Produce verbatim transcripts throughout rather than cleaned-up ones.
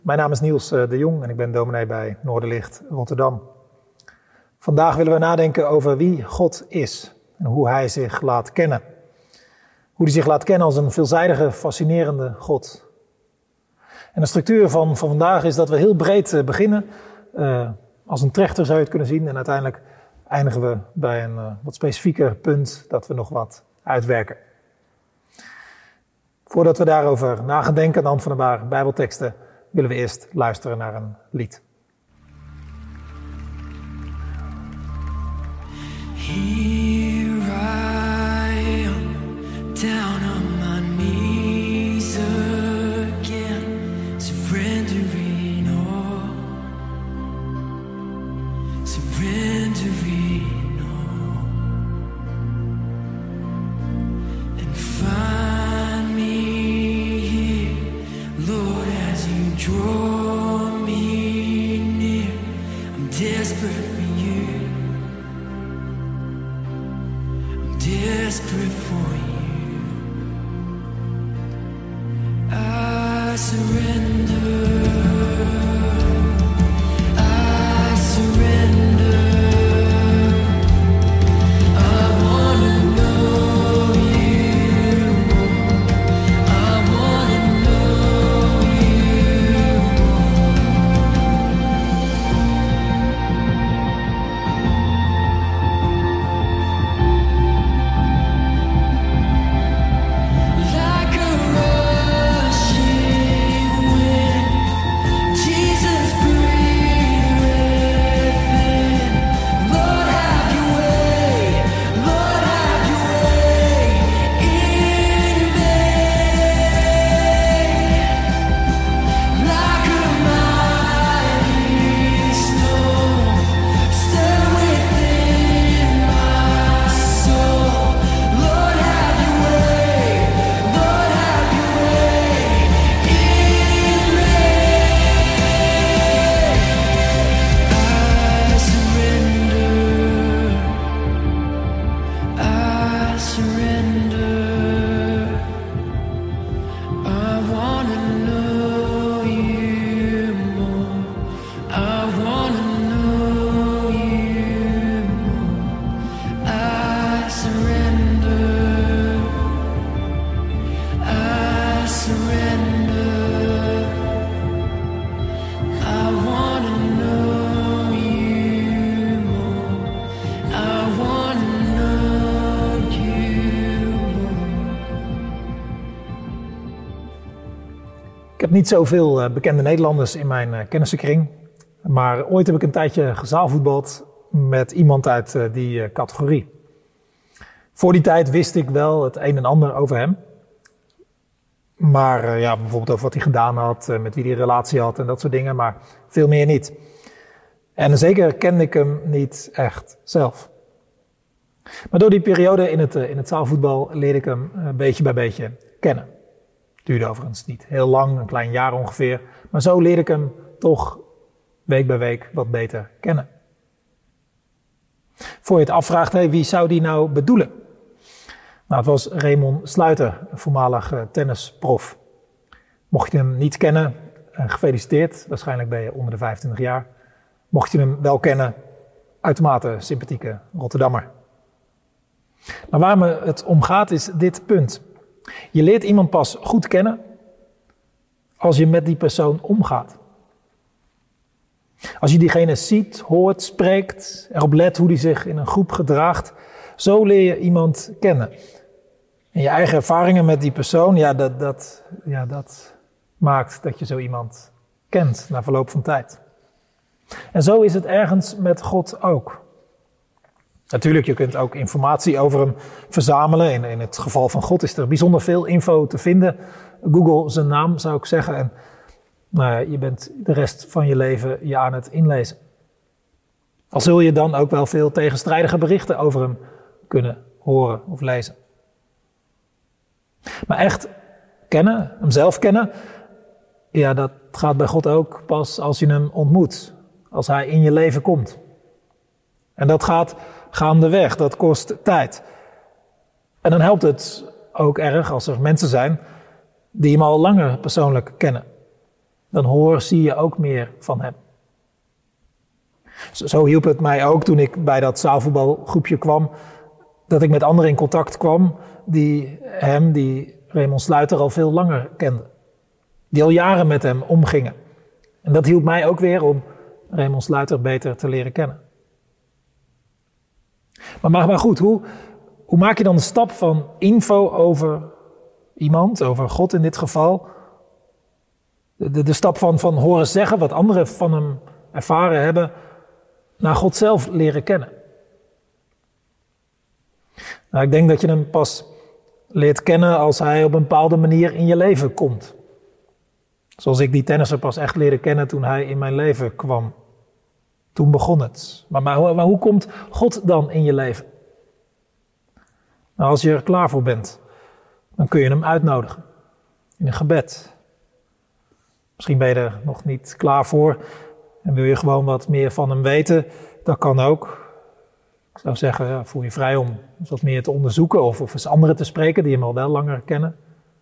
Mijn naam is Niels de Jong en ik ben dominee bij Noorderlicht Rotterdam. Vandaag willen we nadenken over wie God is en hoe hij zich laat kennen. Hoe hij zich laat kennen als een veelzijdige, fascinerende God. En de structuur van, van vandaag is dat we heel breed beginnen, uh, als een trechter zou je het kunnen zien. En uiteindelijk eindigen we bij een uh, wat specifieker punt dat we nog wat uitwerken. Voordat we daarover na gaan denken aan de hand van een paar Bijbelteksten, willen we eerst luisteren naar een lied. Here I am, down on my knees again, surrendering all, surrendering all, and find me here, Lord, as you draw me near. I'm desperate for you. Desperate for you, I surrender, I surrender, I wanna know you more, I wanna know you like a rushing wind, Jesus breathe within. Lord, have your way, Lord, have your way in me. Like a mighty storm, stir within my soul. Lord, have your way, Lord, have your way in me. I surrender, I surrender. I wanna know you more. I wanna know you more. I surrender, I surrender. I wanna know you more. I wanna know you more. Ik heb niet zoveel uh, bekende Nederlanders in mijn uh, kennissenkring. Maar ooit heb ik een tijdje gezaalvoetbald met iemand uit uh, die uh, categorie. Voor die tijd wist ik wel het een en ander over hem. Maar uh, ja, bijvoorbeeld over wat hij gedaan had, uh, met wie hij een relatie had en dat soort dingen. Maar veel meer niet. En zeker kende ik hem niet echt zelf. Maar door die periode in het, uh, in het zaalvoetbal leerde ik hem uh, beetje bij beetje kennen. Duurde overigens niet heel lang, een klein jaar ongeveer. Maar zo leerde ik hem toch week bij week wat beter kennen. Voor je het afvraagt, hey, wie zou die nou bedoelen? Nou, het was Raymond Sluiter, een voormalig uh, tennisprof. Mocht je hem niet kennen, uh, gefeliciteerd. Waarschijnlijk ben je onder de vijfentwintig jaar. Mocht je hem wel kennen, uitermate sympathieke Rotterdammer. Maar waar me het om gaat is dit punt. Je leert iemand pas goed kennen als je met die persoon omgaat. Als je diegene ziet, hoort, spreekt, erop let hoe die zich in een groep gedraagt. Zo leer je iemand kennen. En je eigen ervaringen met die persoon, ja, dat, dat, ja, dat maakt dat je zo iemand kent na verloop van tijd. En zo is het ergens met God ook. Natuurlijk, je kunt ook informatie over hem verzamelen. In, in het geval van God is er bijzonder veel info te vinden. Google zijn naam, zou ik zeggen. En nou ja, je bent de rest van je leven je aan het inlezen. Al zul je dan ook wel veel tegenstrijdige berichten over hem kunnen horen of lezen. Maar echt kennen, hem zelf kennen, ja, dat gaat bij God ook pas als je hem ontmoet. Als hij in je leven komt. En dat gaat gaandeweg, dat kost tijd. En dan helpt het ook erg als er mensen zijn die hem al langer persoonlijk kennen. dan hoor, zie je ook meer van hem. Zo, zo hielp het mij ook toen ik bij dat zaalvoetbalgroepje kwam, dat ik met anderen in contact kwam die hem, die Raymond Sluiter, al veel langer kenden. Die al jaren met hem omgingen. En dat hielp mij ook weer om Raymond Sluiter beter te leren kennen. Maar, maar, maar goed, hoe, hoe maak je dan de stap van info over iemand, over God in dit geval, de, de, de stap van, van horen zeggen wat anderen van hem ervaren hebben, naar God zelf leren kennen? Nou, ik denk dat je hem pas leert kennen als hij op een bepaalde manier in je leven komt. Zoals ik die tennisser pas echt leerde kennen toen hij in mijn leven kwam. Toen begon het. Maar, maar, maar hoe komt God dan in je leven? Nou, als je er klaar voor bent, dan kun je hem uitnodigen. In een gebed. Misschien ben je er nog niet klaar voor en wil je gewoon wat meer van hem weten. Dat kan ook. Ik zou zeggen, ja, voel je vrij om wat meer te onderzoeken of, of eens anderen te spreken die hem al wel langer kennen.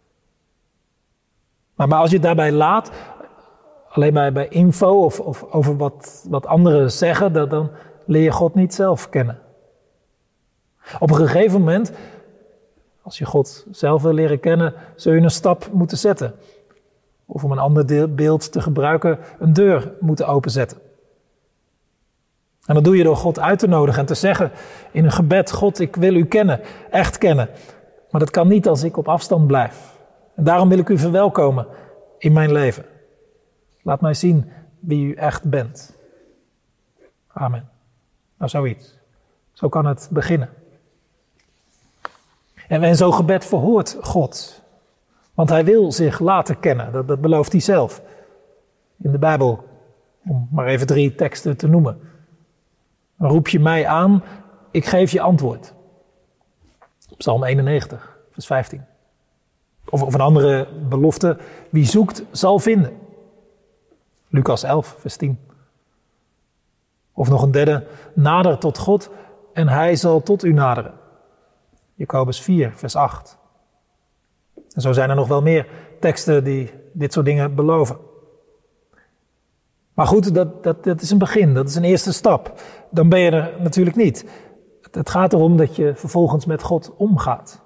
Maar, maar als je het daarbij laat, alleen bij, bij info of, of over wat, wat anderen zeggen, dat, dan leer je God niet zelf kennen. Op een gegeven moment, als je God zelf wil leren kennen, zul je een stap moeten zetten. Of om een ander deel, beeld te gebruiken, een deur moeten openzetten. En dat doe je door God uit te nodigen en te zeggen in een gebed: God, ik wil u kennen, echt kennen. Maar dat kan niet als ik op afstand blijf. En daarom wil ik u verwelkomen in mijn leven. Laat mij zien wie u echt bent. Amen. Nou, zoiets. Zo kan het beginnen. En, en zo'n gebed verhoort God. Want hij wil zich laten kennen. Dat, dat belooft hij zelf. In de Bijbel, om maar even drie teksten te noemen. Dan roep je mij aan, ik geef je antwoord. Psalm eenennegentig, vers vijftien. Of, of een andere belofte, wie zoekt zal vinden. Lucas elf, vers tien. Of nog een derde, nader tot God en hij zal tot u naderen. Jacobus vier, vers acht. En zo zijn er nog wel meer teksten die dit soort dingen beloven. Maar goed, dat, dat, dat is een begin, dat is een eerste stap. Dan ben je er natuurlijk niet. Het, het gaat erom dat je vervolgens met God omgaat.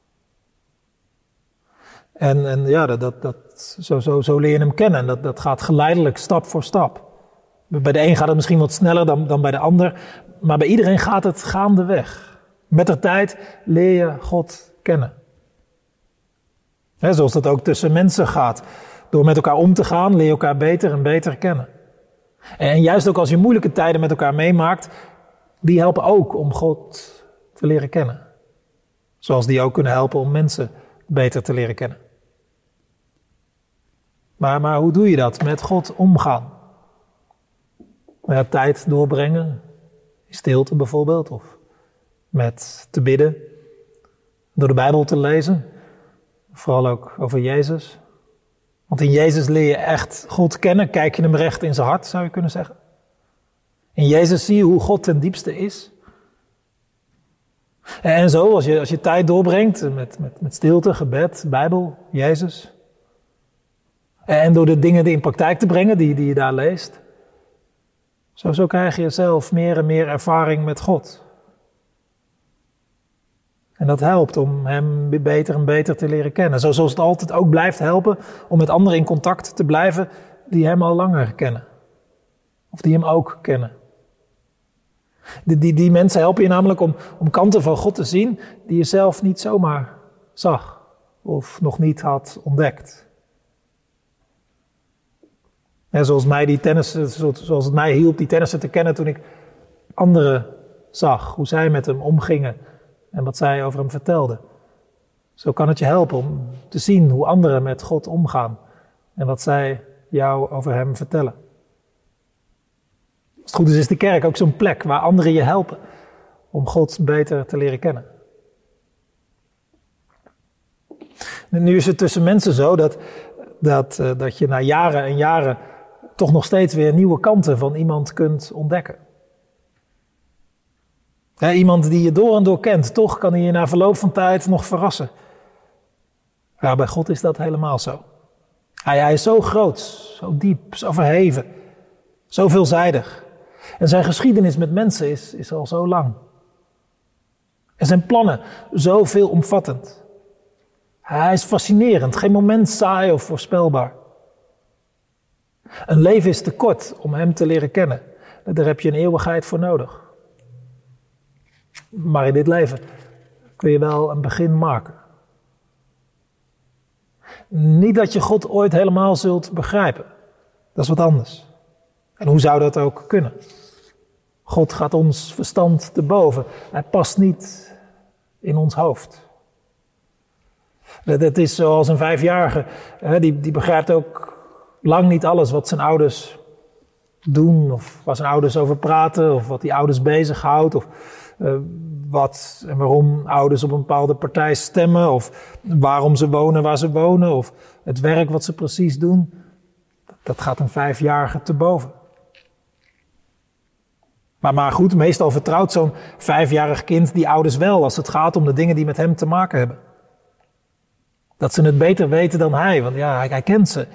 En, en ja, dat, dat, dat, zo, zo, zo leer je hem kennen. Dat, dat gaat geleidelijk, stap voor stap. Bij de een gaat het misschien wat sneller dan, dan bij de ander. Maar bij iedereen gaat het gaandeweg. Met de tijd leer je God kennen. He, zoals dat ook tussen mensen gaat. Door met elkaar om te gaan, leer je elkaar beter en beter kennen. En juist ook als je moeilijke tijden met elkaar meemaakt, die helpen ook om God te leren kennen. Zoals die ook kunnen helpen om mensen beter te leren kennen. Maar, maar hoe doe je dat? Met God omgaan. Met tijd doorbrengen, in stilte bijvoorbeeld, of met te bidden, door de Bijbel te lezen, vooral ook over Jezus. Want in Jezus leer je echt God kennen, kijk je hem recht in zijn hart, zou je kunnen zeggen. In Jezus zie je hoe God ten diepste is. En zo, als je, als je tijd doorbrengt met, met, met stilte, gebed, Bijbel, Jezus. En door de dingen die in praktijk te brengen, die, die je daar leest. Zo, zo krijg je zelf meer en meer ervaring met God. En dat helpt om hem beter en beter te leren kennen. Zo, zoals het altijd ook blijft helpen om met anderen in contact te blijven die hem al langer kennen. Of die hem ook kennen. Die, die, die mensen helpen je namelijk om, om kanten van God te zien die je zelf niet zomaar zag of nog niet had ontdekt. En zoals, mij die tennissen, zoals het mij hielp die tennissen te kennen toen ik anderen zag, hoe zij met hem omgingen en wat zij over hem vertelden. Zo kan het je helpen om te zien hoe anderen met God omgaan en wat zij jou over hem vertellen. Als het goed is, is de kerk ook zo'n plek waar anderen je helpen om God beter te leren kennen. En nu is het tussen mensen zo dat, dat, dat je na jaren en jaren toch nog steeds weer nieuwe kanten van iemand kunt ontdekken. Ja, iemand die je door en door kent, toch kan hij je na verloop van tijd nog verrassen. Ja, bij God is dat helemaal zo. Hij, hij is zo groot, zo diep, zo verheven, zo veelzijdig. En zijn geschiedenis met mensen is, is al zo lang. En zijn plannen zo veelomvattend. Hij is fascinerend, geen moment saai of voorspelbaar. Een leven is te kort om hem te leren kennen. Daar heb je een eeuwigheid voor nodig. Maar in dit leven kun je wel een begin maken. Niet dat je God ooit helemaal zult begrijpen. Dat is wat anders. En hoe zou dat ook kunnen? God gaat ons verstand te boven. Hij past niet in ons hoofd. Het is zoals een vijfjarige. Die, die begrijpt ook lang niet alles wat zijn ouders doen. Of waar zijn ouders over praten. Of wat die ouders bezighoudt. Of uh, wat en waarom ouders op een bepaalde partij stemmen. Of waarom ze wonen waar ze wonen. Of het werk wat ze precies doen. Dat gaat een vijfjarige te boven. Maar, maar goed, meestal vertrouwt zo'n vijfjarig kind die ouders wel als het gaat om de dingen die met hem te maken hebben. Dat ze het beter weten dan hij, want ja, hij, hij kent ze.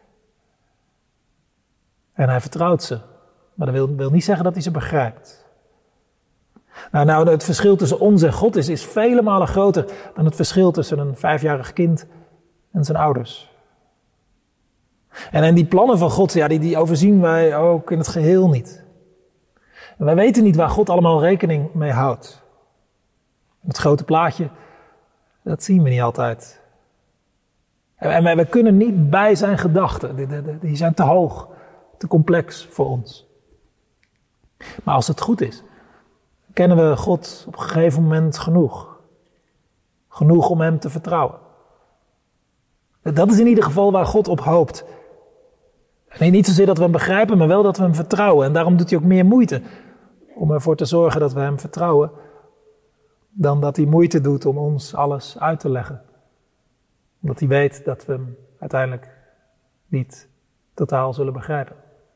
En hij vertrouwt ze. Maar dat wil, wil niet zeggen dat hij ze begrijpt. Nou, nou, het verschil tussen ons en God is, is vele malen groter dan het verschil tussen een vijfjarig kind en zijn ouders. En, en die plannen van God, ja, die, die overzien wij ook in het geheel niet. En wij weten niet waar God allemaal rekening mee houdt. Het grote plaatje, dat zien we niet altijd. En wij, wij kunnen niet bij zijn gedachten. Die, die, die zijn te hoog, te complex voor ons. Maar als het goed is, kennen we God op een gegeven moment genoeg. Genoeg om hem te vertrouwen. Dat is in ieder geval waar God op hoopt. Nee, niet zozeer dat we hem begrijpen, maar wel dat we hem vertrouwen. En daarom doet hij ook meer moeite om ervoor te zorgen dat we hem vertrouwen, dan dat hij moeite doet om ons alles uit te leggen. Omdat hij weet dat we hem uiteindelijk niet totaal zullen begrijpen.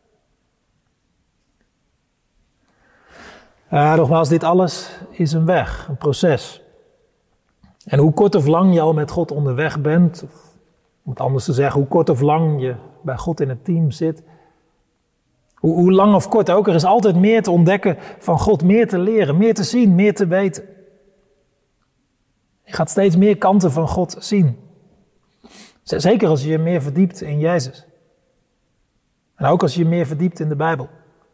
Uh, nogmaals, dit alles is een weg, een proces. En hoe kort of lang je al met God onderweg bent, of om het anders te zeggen, hoe kort of lang je bij God in het team zit, hoe, hoe lang of kort ook, er is altijd meer te ontdekken van God, meer te leren, meer te zien, meer te weten. Je gaat steeds meer kanten van God zien. Zeker als je je meer verdiept in Jezus. En ook als je je meer verdiept in de Bijbel.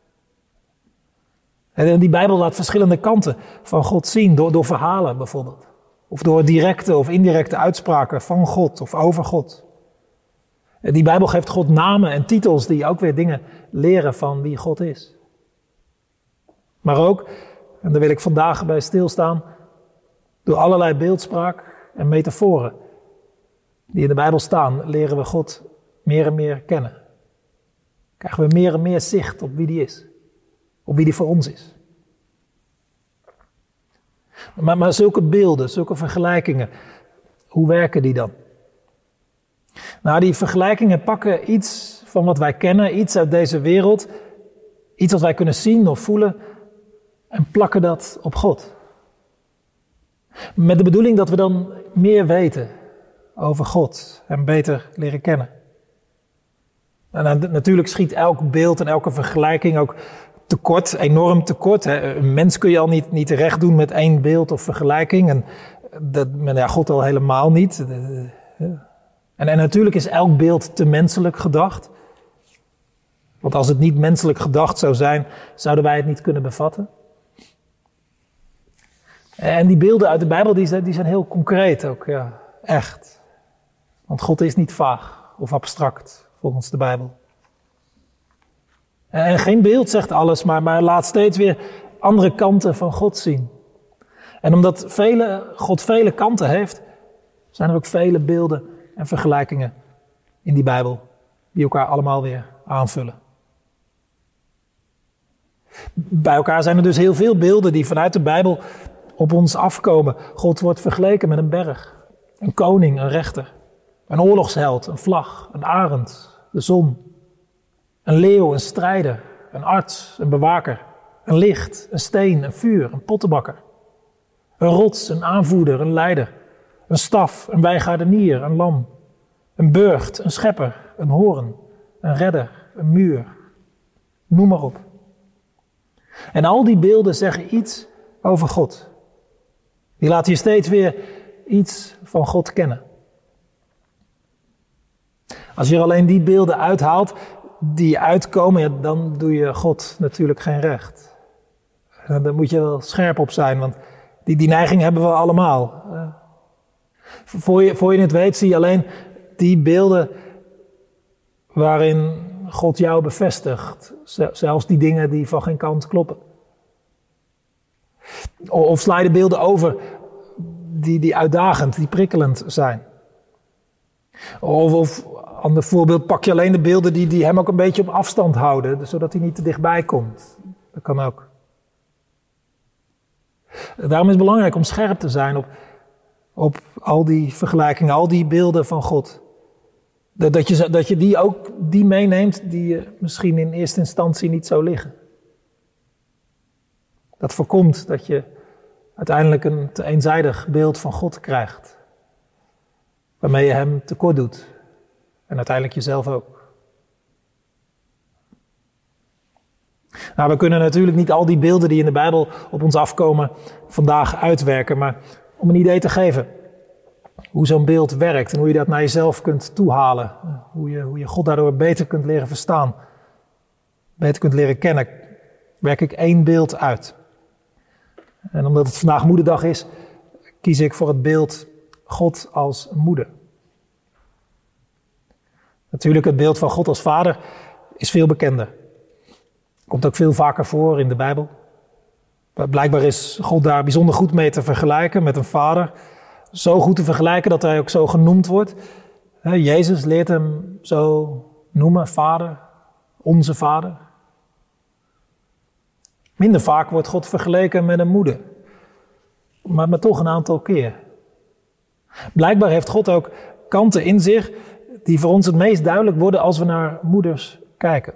En die Bijbel laat verschillende kanten van God zien, door, door verhalen bijvoorbeeld. Of door directe of indirecte uitspraken van God of over God. En die Bijbel geeft God namen en titels die ook weer dingen leren van wie God is. Maar ook, en daar wil ik vandaag bij stilstaan, door allerlei beeldspraak en metaforen die in de Bijbel staan, leren we God meer en meer kennen. Krijgen we meer en meer zicht op wie die is. Op wie die voor ons is. Maar, maar zulke beelden, zulke vergelijkingen, hoe werken die dan? Nou, die vergelijkingen pakken iets van wat wij kennen, iets uit deze wereld, iets wat wij kunnen zien of voelen, en plakken dat op God. Met de bedoeling dat we dan meer weten over God en beter leren kennen. En natuurlijk schiet elk beeld en elke vergelijking ook tekort, enorm tekort. Hè. Een mens kun je al niet, niet recht doen met één beeld of vergelijking. En dat, ja, God al helemaal niet. En, en natuurlijk is elk beeld te menselijk gedacht. Want als het niet menselijk gedacht zou zijn, zouden wij het niet kunnen bevatten. En die beelden uit de Bijbel, die zijn, die zijn heel concreet ook, ja, echt. Want God is niet vaag of abstract, volgens de Bijbel. En geen beeld zegt alles, maar, maar laat steeds weer andere kanten van God zien. En omdat vele, God vele kanten heeft, zijn er ook vele beelden en vergelijkingen in die Bijbel, die elkaar allemaal weer aanvullen. Bij elkaar zijn er dus heel veel beelden die vanuit de Bijbel op ons afkomen. God wordt vergeleken met een berg, een koning, een rechter, een oorlogsheld, een vlag, een arend, de zon. Een leeuw, een strijder, een arts, een bewaker, een licht, een steen, een vuur, een pottenbakker. Een rots, een aanvoerder, een leider, een staf, een wijngaardenier, een lam. Een burcht, een schepper, een hoorn, een redder, een muur. Noem maar op. En al die beelden zeggen iets over God. Die laten je steeds weer iets van God kennen. Als je er alleen die beelden uithaalt die uitkomen, ja, dan doe je God natuurlijk geen recht. En daar moet je wel scherp op zijn, want die, die neiging hebben we allemaal. Uh, voor, je, voor je het weet zie je alleen die beelden waarin God jou bevestigt. Zelfs die dingen die van geen kant kloppen. Of sla je de beelden over die, die uitdagend, die prikkelend zijn. Of, of ander voorbeeld, pak je alleen de beelden die, die hem ook een beetje op afstand houden, zodat hij niet te dichtbij komt. Dat kan ook. Daarom is het belangrijk om scherp te zijn op, op al die vergelijkingen, al die beelden van God. Dat, dat, je, dat je die ook die meeneemt die je misschien in eerste instantie niet zou liggen. Dat voorkomt dat je uiteindelijk een te eenzijdig beeld van God krijgt. Waarmee je hem tekort doet. En uiteindelijk jezelf ook. Nou, we kunnen natuurlijk niet al die beelden die in de Bijbel op ons afkomen vandaag uitwerken. Maar om een idee te geven hoe zo'n beeld werkt en hoe je dat naar jezelf kunt toehalen. Hoe je, hoe je God daardoor beter kunt leren verstaan. Beter kunt leren kennen. Werk ik één beeld uit. En omdat het vandaag moederdag is, kies ik voor het beeld God als moeder. Natuurlijk, het beeld van God als vader is veel bekender. Komt ook veel vaker voor in de Bijbel. Blijkbaar is God daar bijzonder goed mee te vergelijken met een vader. Zo goed te vergelijken dat hij ook zo genoemd wordt. Jezus leert hem zo noemen, vader, onze vader. Minder vaak wordt God vergeleken met een moeder. Maar, maar toch een aantal keer. Blijkbaar heeft God ook kanten in zich die voor ons het meest duidelijk worden als we naar moeders kijken.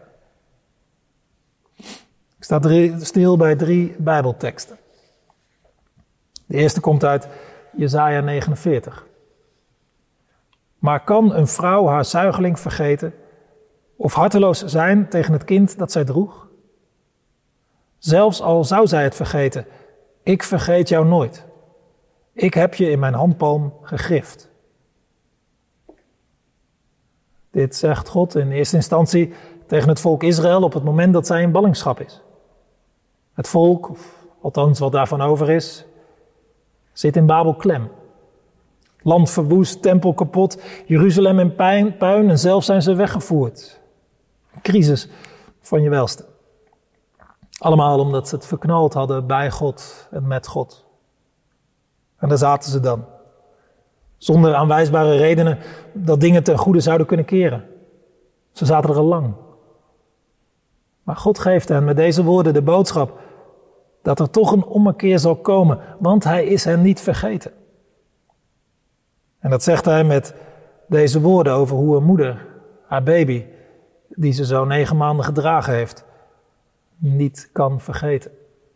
Ik sta stil bij drie Bijbelteksten. De eerste komt uit Jesaja negenenveertig. Maar kan een vrouw haar zuigeling vergeten of harteloos zijn tegen het kind dat zij droeg? Zelfs al zou zij het vergeten, ik vergeet jou nooit. Ik heb je in mijn handpalm gegrift. Dit zegt God in eerste instantie tegen het volk Israël op het moment dat zij in ballingschap is. Het volk, of althans wat daarvan over is, zit in Babel klem. Land verwoest, tempel kapot, Jeruzalem in puin, puin en zelf zijn ze weggevoerd. Een crisis van je welste. Allemaal omdat ze het verknald hadden bij God en met God. En daar zaten ze dan. Zonder aanwijsbare redenen dat dingen ten goede zouden kunnen keren. Ze zaten er al lang. Maar God geeft hen met deze woorden de boodschap dat er toch een ommekeer zal komen, want hij is hen niet vergeten. En dat zegt hij met deze woorden over hoe een moeder haar baby, die ze zo negen maanden gedragen heeft, niet kan vergeten.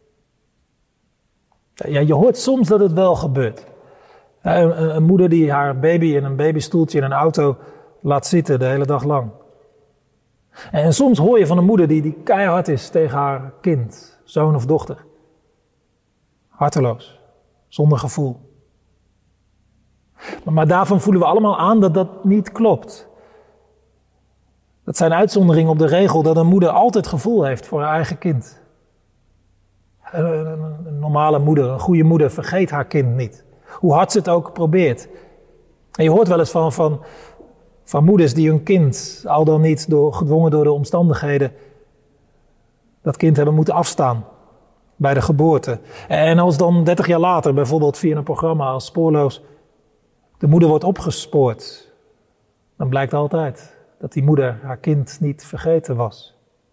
Ja, je hoort soms dat het wel gebeurt. Een, een moeder die haar baby in een babystoeltje in een auto laat zitten de hele dag lang. En soms hoor je van een moeder die, die keihard is tegen haar kind, zoon of dochter. Harteloos, zonder gevoel. Maar, maar daarvan voelen we allemaal aan dat dat niet klopt. Dat zijn uitzonderingen op de regel dat een moeder altijd gevoel heeft voor haar eigen kind. Een, een, een normale moeder, een goede moeder, vergeet haar kind niet. Hoe hard ze het ook probeert. En je hoort wel eens van, van, van moeders die hun kind, al dan niet door, gedwongen door de omstandigheden, dat kind hebben moeten afstaan bij de geboorte. En als dan dertig jaar later, bijvoorbeeld via een programma als Spoorloos, de moeder wordt opgespoord, dan blijkt altijd dat die moeder haar kind niet vergeten was.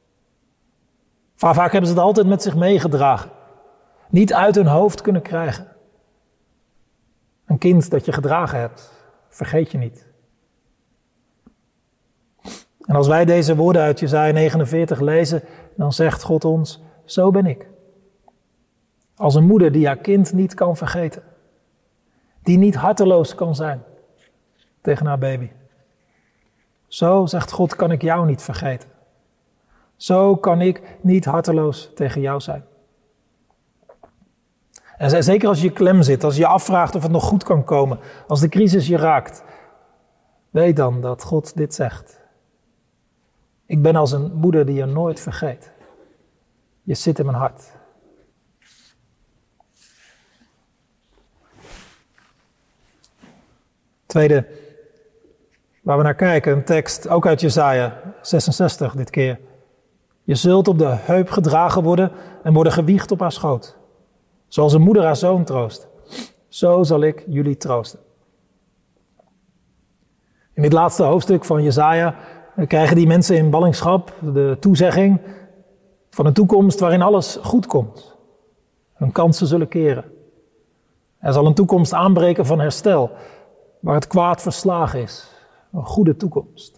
Vaak hebben ze het altijd met zich meegedragen. Niet uit hun hoofd kunnen krijgen. Een kind dat je gedragen hebt, vergeet je niet. En als wij deze woorden uit Jesaja negenenveertig lezen, dan zegt God ons, zo ben ik. Als een moeder die haar kind niet kan vergeten. Die niet harteloos kan zijn tegen haar baby. Zo, zegt God, kan ik jou niet vergeten. Zo kan ik niet harteloos tegen jou zijn. En zeker als je klem zit, als je je afvraagt of het nog goed kan komen, als de crisis je raakt, weet dan dat God dit zegt. Ik ben als een moeder die je nooit vergeet. Je zit in mijn hart. Tweede, waar we naar kijken, een tekst, ook uit Jesaja zesenzestig dit keer. Je zult op de heup gedragen worden en worden gewiegd op haar schoot. Zoals een moeder haar zoon troost. Zo zal ik jullie troosten. In dit laatste hoofdstuk van Jesaja krijgen die mensen in ballingschap de toezegging van een toekomst waarin alles goed komt. Hun kansen zullen keren. Er zal een toekomst aanbreken van herstel, waar het kwaad verslagen is. Een goede toekomst.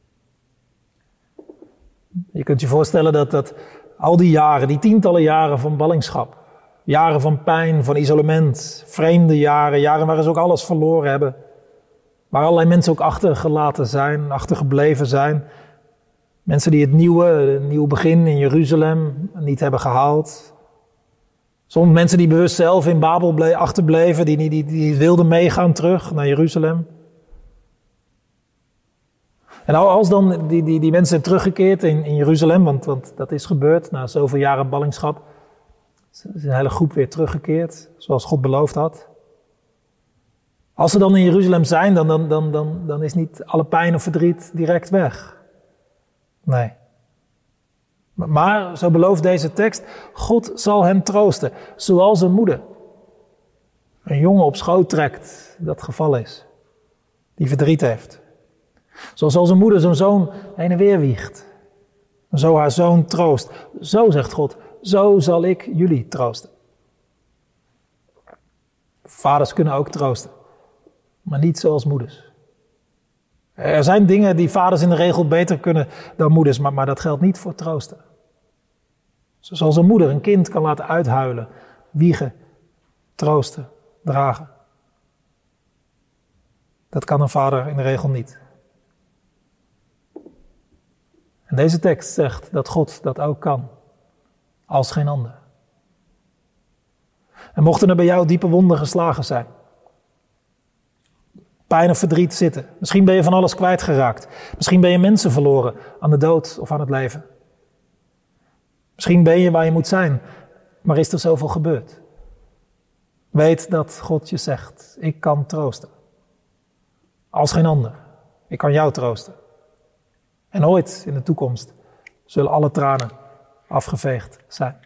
Je kunt je voorstellen dat, dat al die jaren, die tientallen jaren van ballingschap, jaren van pijn, van isolement, vreemde jaren, jaren waarin ze ook alles verloren hebben, waar allerlei mensen ook achtergelaten zijn, achtergebleven zijn. Mensen die het nieuwe, het nieuwe begin in Jeruzalem niet hebben gehaald. Soms mensen die bewust zelf in Babel ble- achterbleven, die, die, die, die wilden meegaan terug naar Jeruzalem. En als dan die, die, die mensen zijn teruggekeerd in, in Jeruzalem, want, want dat is gebeurd na zoveel jaren ballingschap, is een hele groep weer teruggekeerd, zoals God beloofd had. Als ze dan in Jeruzalem zijn, dan, dan, dan, dan, dan is niet alle pijn of verdriet direct weg. Nee. Maar, zo belooft deze tekst, God zal hen troosten, zoals een moeder een jongen op schoot trekt, dat geval is, die verdriet heeft. Zoals als een moeder zo'n zoon heen en weer wiegt, en zo haar zoon troost. Zo zegt God, zo zal ik jullie troosten. Vaders kunnen ook troosten, maar niet zoals moeders. Er zijn dingen die vaders in de regel beter kunnen dan moeders, maar, maar dat geldt niet voor troosten. Zoals een moeder een kind kan laten uithuilen, wiegen, troosten, dragen. Dat kan een vader in de regel niet. En deze tekst zegt dat God dat ook kan, als geen ander. En mochten er bij jou diepe wonden geslagen zijn, pijn of verdriet zitten, misschien ben je van alles kwijtgeraakt, misschien ben je mensen verloren aan de dood of aan het leven. Misschien ben je waar je moet zijn, maar is er zoveel gebeurd. Weet dat God je zegt, ik kan troosten. Als geen ander, ik kan jou troosten. En ooit in de toekomst zullen alle tranen afgeveegd zijn.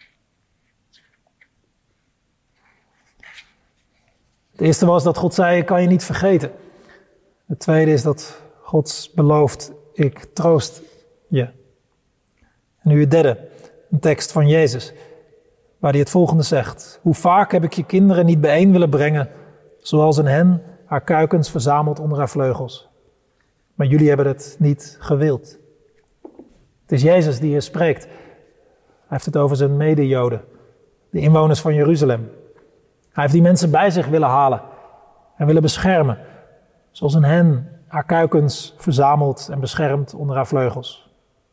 Het eerste was dat God zei, ik kan je niet vergeten. Het tweede is dat God belooft, ik troost je. En nu het derde, een tekst van Jezus, waar hij het volgende zegt. Hoe vaak heb ik je kinderen niet bijeen willen brengen, zoals een hen haar kuikens verzamelt onder haar vleugels. Maar jullie hebben het niet gewild. Het is Jezus die hier spreekt. Hij heeft het over zijn mede-Joden, de inwoners van Jeruzalem. Hij heeft die mensen bij zich willen halen en willen beschermen, zoals een hen haar kuikens verzamelt en beschermt onder haar vleugels.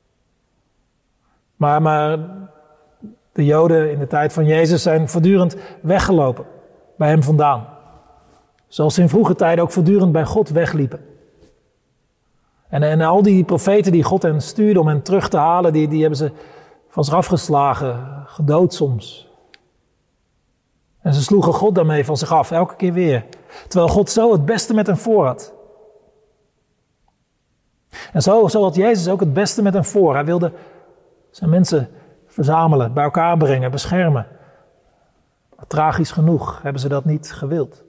Maar, maar de Joden in de tijd van Jezus zijn voortdurend weggelopen bij hem vandaan. Zoals ze in vroege tijden ook voortdurend bij God wegliepen. En, en al die profeten die God hen stuurde om hen terug te halen, die, die hebben ze van zich afgeslagen, gedood soms. En ze sloegen God daarmee van zich af, elke keer weer. Terwijl God zo het beste met hen voor had. En zo, zo had Jezus ook het beste met hen voor. Hij wilde zijn mensen verzamelen, bij elkaar brengen, beschermen. Maar tragisch genoeg hebben ze dat niet gewild.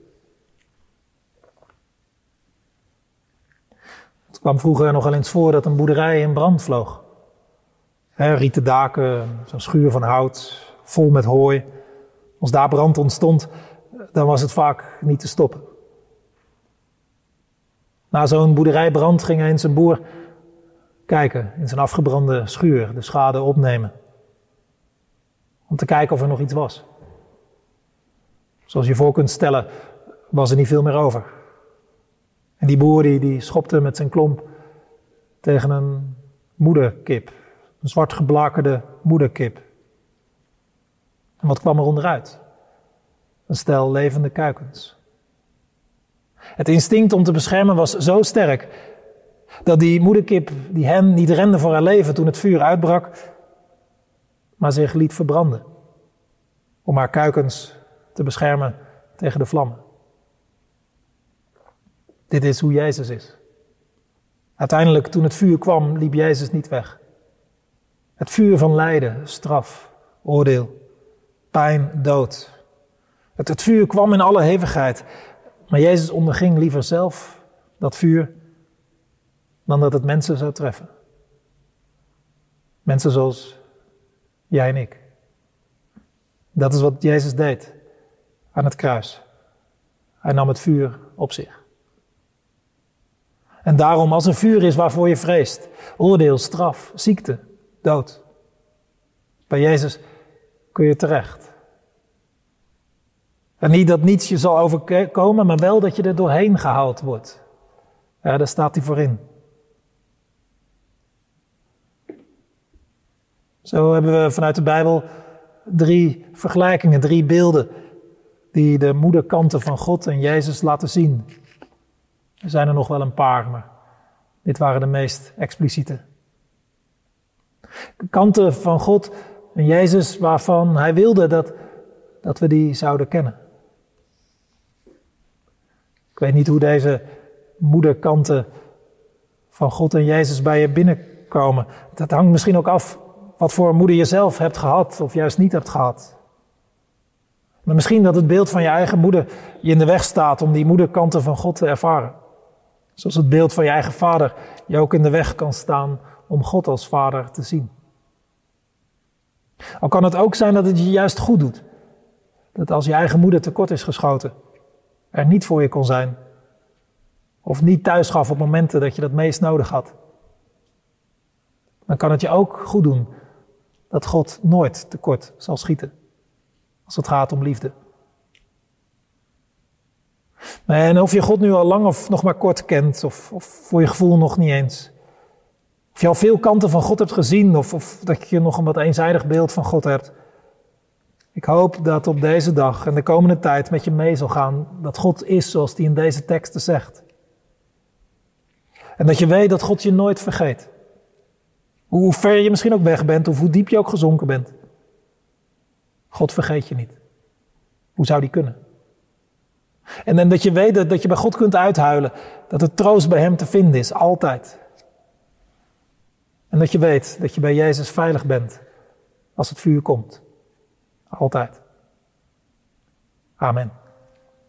Het kwam vroeger nog wel eens voor dat een boerderij in brand vloog. He, rieten daken, zo'n schuur van hout, vol met hooi. Als daar brand ontstond, dan was het vaak niet te stoppen. Na zo'n boerderijbrand ging eens een boer kijken in zijn afgebrande schuur, de schade opnemen. Om te kijken of er nog iets was. Zoals je voor kunt stellen, was er niet veel meer over. En die boer die, die schopte met zijn klomp tegen een moederkip. Een zwart geblakerde moederkip. En wat kwam er onderuit? Een stel levende kuikens. Het instinct om te beschermen was zo sterk dat die moederkip die hen niet rende voor haar leven toen het vuur uitbrak, maar zich liet verbranden. Om haar kuikens te beschermen tegen de vlammen. Dit is hoe Jezus is. Uiteindelijk, toen het vuur kwam, liep Jezus niet weg. Het vuur van lijden, straf, oordeel, pijn, dood. Het, het vuur kwam in alle hevigheid. Maar Jezus onderging liever zelf dat vuur dan dat het mensen zou treffen. Mensen zoals jij en ik. Dat is wat Jezus deed aan het kruis. Hij nam het vuur op zich. En daarom, als er vuur is waarvoor je vreest, oordeel, straf, ziekte, dood, bij Jezus kun je terecht. En niet dat niets je zal overkomen, maar wel dat je er doorheen gehaald wordt. Ja, daar staat hij voor in. Zo hebben we vanuit de Bijbel drie vergelijkingen, drie beelden die de moederkanten van God en Jezus laten zien. Er zijn er nog wel een paar, maar dit waren de meest expliciete. De kanten van God en Jezus waarvan hij wilde dat, dat we die zouden kennen. Ik weet niet hoe deze moederkanten van God en Jezus bij je binnenkomen. Dat hangt misschien ook af wat voor moeder je zelf hebt gehad of juist niet hebt gehad. Maar misschien dat het beeld van je eigen moeder je in de weg staat om die moederkanten van God te ervaren. Zoals het beeld van je eigen vader je ook in de weg kan staan om God als vader te zien. Al kan het ook zijn dat het je juist goed doet. Dat als je eigen moeder tekort is geschoten, er niet voor je kon zijn. Of niet thuis gaf op momenten dat je dat meest nodig had. Dan kan het je ook goed doen dat God nooit tekort zal schieten. Als het gaat om liefde. En of je God nu al lang of nog maar kort kent, of, of voor je gevoel nog niet eens. Of je al veel kanten van God hebt gezien, of, of dat je nog een wat eenzijdig beeld van God hebt. Ik hoop dat op deze dag en de komende tijd met je mee zal gaan dat God is zoals hij in deze teksten zegt. En dat je weet dat God je nooit vergeet. Hoe ver je misschien ook weg bent, of hoe diep je ook gezonken bent. God vergeet je niet. Hoe zou die kunnen? En, en dat je weet dat, dat je bij God kunt uithuilen. Dat er troost bij hem te vinden is, altijd. En dat je weet dat je bij Jezus veilig bent als het vuur komt. Altijd. Amen.